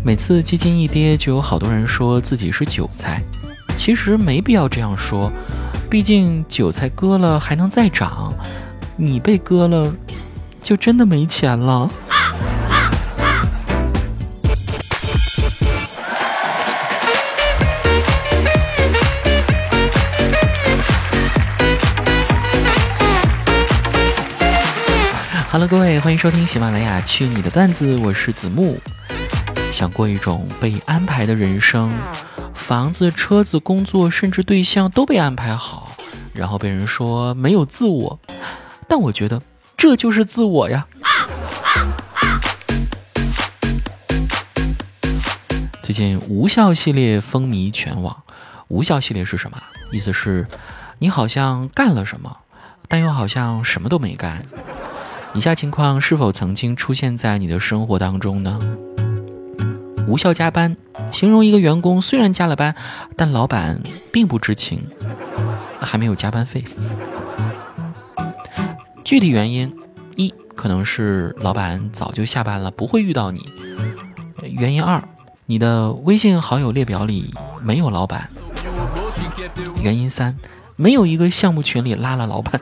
每次基金一跌，就有好多人说自己是韭菜，其实没必要这样说，毕竟韭菜割了还能再长，你被割了就真的没钱了。Hello， 各位，欢迎收听喜马拉雅去你的段子，我是子木。想过一种被安排的人生，房子、车子、工作，甚至对象都被安排好，然后被人说没有自我，但我觉得这就是自我呀。最近无效系列风靡全网。无效系列是什么？意思是你好像干了什么，但又好像什么都没干。以下情况是否曾经出现在你的生活当中呢？无效加班，形容一个员工虽然加了班，但老板并不知情，还没有加班费。具体原因：一，可能是老板早就下班了，不会遇到你。原因二，你的微信好友列表里没有老板。原因三，没有一个项目群里拉了老板。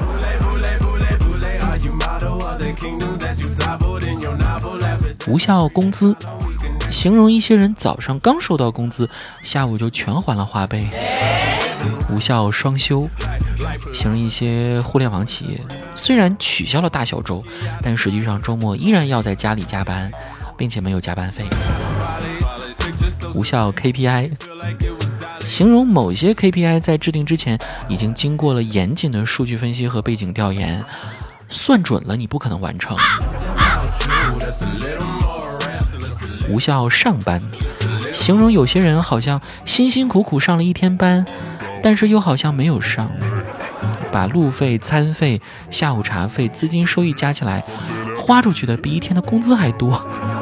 无效工资，形容一些人早上刚收到工资，下午就全还了花呗。无效双休，形容一些互联网企业虽然取消了大小周，但实际上周末依然要在家里加班，并且没有加班费。无效 KPI， 形容某些 KPI 在制定之前已经经过了严谨的数据分析和背景调研，算准了你不可能完成。无效上班，形容有些人好像辛辛苦苦上了一天班，但是又好像没有上，把路费、餐费、下午茶费、资金收益加起来，花出去的比一天的工资还多。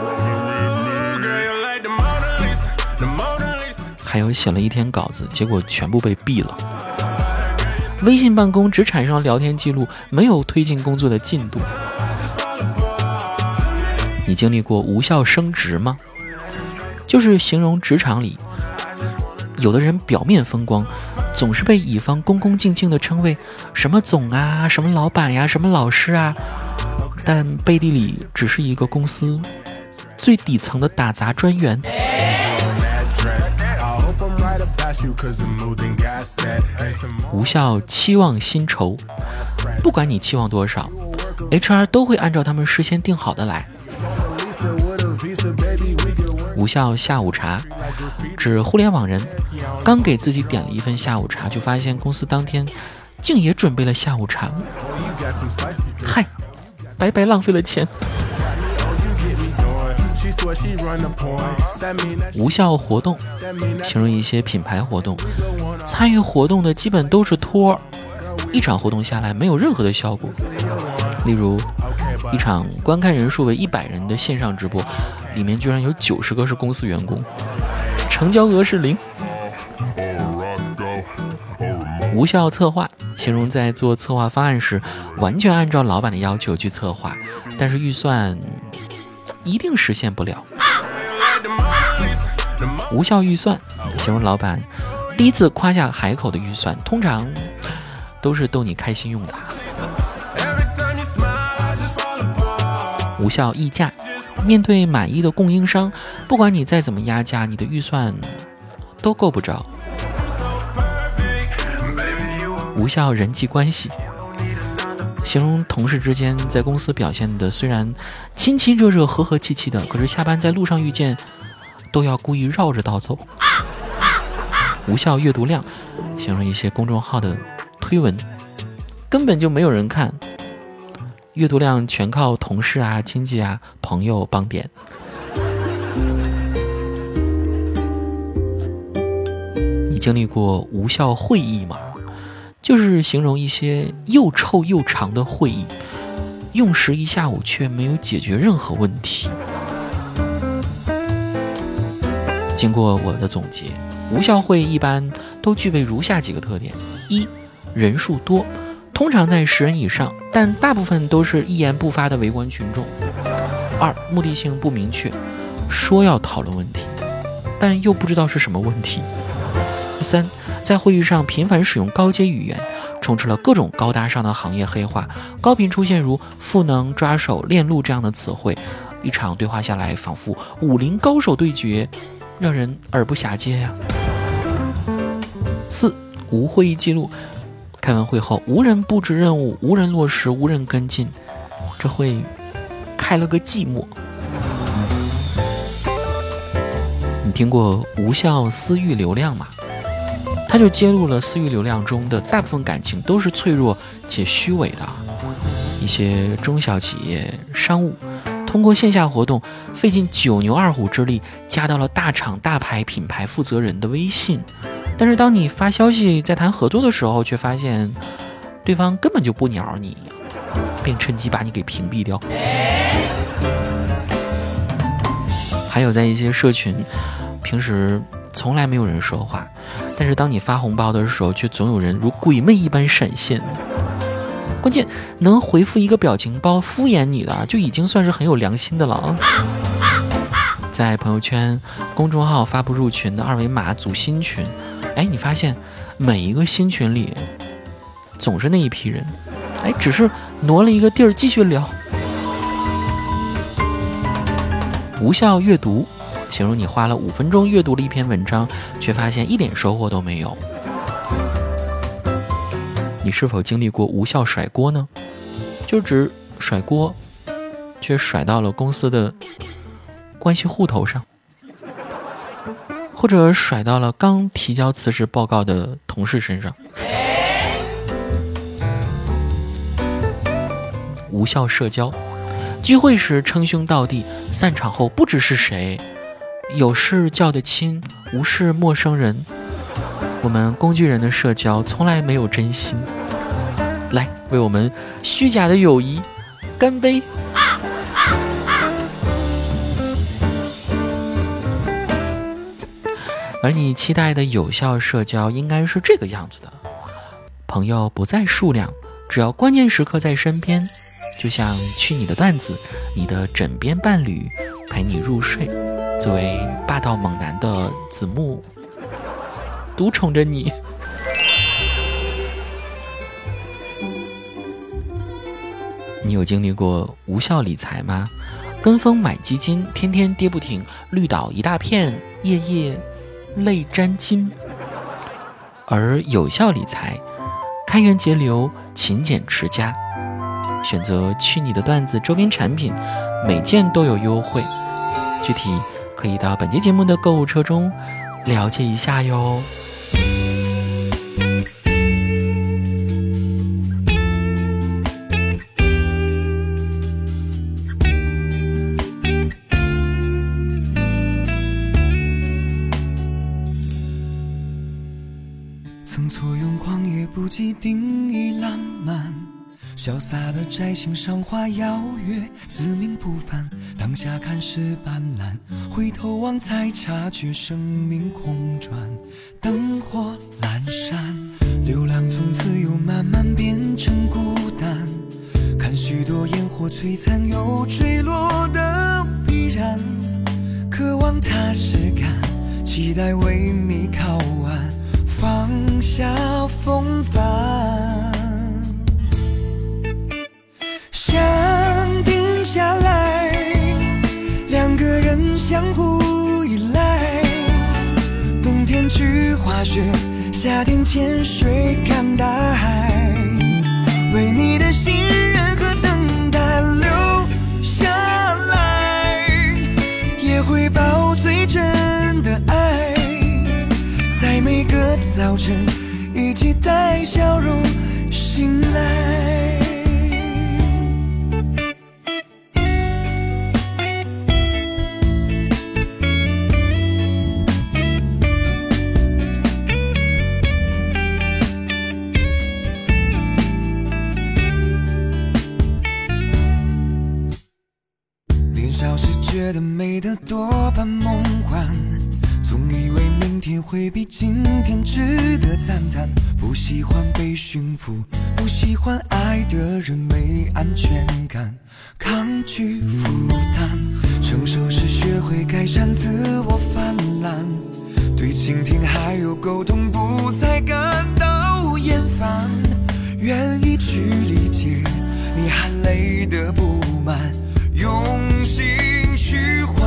还有写了一天稿子，结果全部被毙了。微信办公只产生了聊天记录，没有推进工作的进度。你经历过无效升职吗？就是形容职场里有的人表面风光，总是被乙方恭恭敬敬地称为什么总啊、什么老板呀、什么老师啊，但背地里只是一个公司最底层的打杂专员。无效期望薪酬，不管你期望多少， HR 都会按照他们事先定好的来。无效下午茶，指互联网人刚给自己点了一份下午茶，就发现公司当天竟也准备了下午茶，嗨，白白浪费了钱。无效活动，形容一些品牌活动，参与活动的基本都是托，一场活动下来没有任何的效果。例如一场观看人数为100人的线上直播，里面居然有90个是公司员工，成交额是0。无效策划，形容在做策划方案时完全按照老板的要求去策划，但是预算一定实现不了。无效预算，形容老板第一次夸下海口的预算，通常都是逗你开心用的。无效议价，面对满意的供应商，不管你再怎么压价，你的预算都够不着。无效人际关系，形容同事之间在公司表现的虽然亲亲热热、和和气气的，可是下班在路上遇见都要故意绕着道走。无效阅读量，形容一些公众号的推文根本就没有人看，阅读量全靠同事啊、亲戚啊、朋友帮点。你经历过无效会议吗？就是形容一些又臭又长的会议，用时一下午却没有解决任何问题。经过我的总结，无效会议一般都具备如下几个特点：一、人数多，通常在10人以上，但大部分都是一言不发的围观群众；二、目的性不明确， 说要讨论问题，但又不知道是什么问题。第三，在会议上频繁使用高阶语言，充斥了各种高大上的行业黑话，高频出现如赋能、抓手、链路这样的词汇，一场对话下来仿佛武林高手对决，让人耳不暇接呀。四，无会议记录，开完会后无人布置任务，无人落实，无人跟进，这会开了个寂寞。你听过无效私域流量吗？它就揭露了私域流量中的大部分感情都是脆弱且虚伪的。一些中小企业商务通过线下活动费尽9牛2虎之力加到了大厂大牌品牌负责人的微信，但是当你发消息在谈合作的时候，却发现对方根本就不鸟你，并趁机把你给屏蔽掉。还有在一些社群，平时从来没有人说话，但是当你发红包的时候，却总有人如鬼魅一般闪现。关键能回复一个表情包敷衍你的，就已经算是很有良心的了。在朋友圈、公众号发布入群的二维码组新群，你发现每一个新群里总是那一批人，只是挪了一个地儿继续聊。无效阅读，形容你花了5分钟阅读了一篇文章，却发现一点收获都没有。你是否经历过无效甩锅呢？就指甩锅，却甩到了公司的关系户头上，或者甩到了刚提交辞职报告的同事身上。无效社交，聚会时称兄道弟，散场后不知是谁，有事叫得亲，无事陌生人。我们工具人的社交从来没有真心。来，为我们虚假的友谊干杯！而你期待的有效社交应该是这个样子的：朋友不在数量，只要关键时刻在身边，就像去你的段子，你的枕边伴侣陪你入睡。作为霸道猛男的子木，独宠着你。你有经历过无效理财吗？跟风买基金，天天跌不停，绿岛一大片，夜夜泪沾襟。而有效理财，开源节流，勤俭持家，选择去你的段子周边产品，每件都有优惠，具体可以到本期节目的购物车中了解一下哟。 曾错用狂野不羁定义浪漫，潇洒的摘星赏花邀约，自命不凡，当下看似斑斓，回头望才察觉生命空转，灯火阑珊，流浪从此又慢慢变成孤单，看许多烟火璀璨又坠落的必然，渴望踏实感，期待萎靡靠岸，放下风帆，想定下来，两个人相互依赖，冬天去滑雪，夏天潜水看大海，为你的信任和等待留下来，也会抱最真的爱，在每个早晨一起带笑容醒来。年少时觉得美得多半梦幻，总以为明天会比今天值得赞叹，不喜欢被驯服，不喜欢爱的人没安全感，抗拒负担，成熟时学会改善自我泛滥，对倾听还有沟通不再感到厌烦，愿意去理解你含泪的不满，用心去换。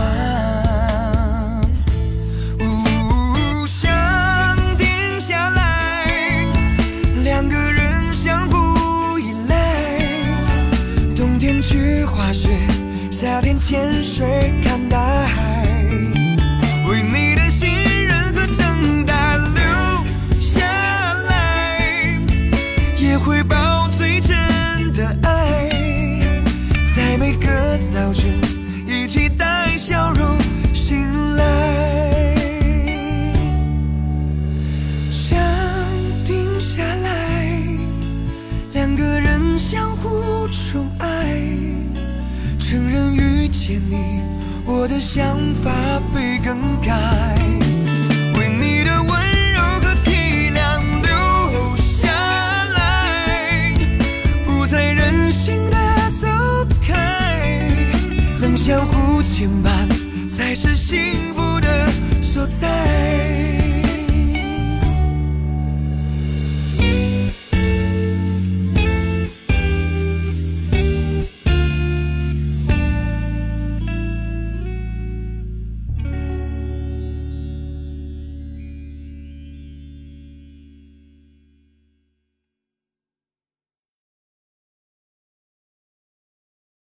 想定下来，两个人相互依赖，冬天去滑雪，夏天潜水看大海，为你的信任和等待留下来，也会抱最真的爱，在每个早晨一起带笑容醒来。想定下来，两个人相互宠爱，承认遇见你，我的想法被更改，为你的温柔和体谅留下来，不再任性的走开，能相互牵绊，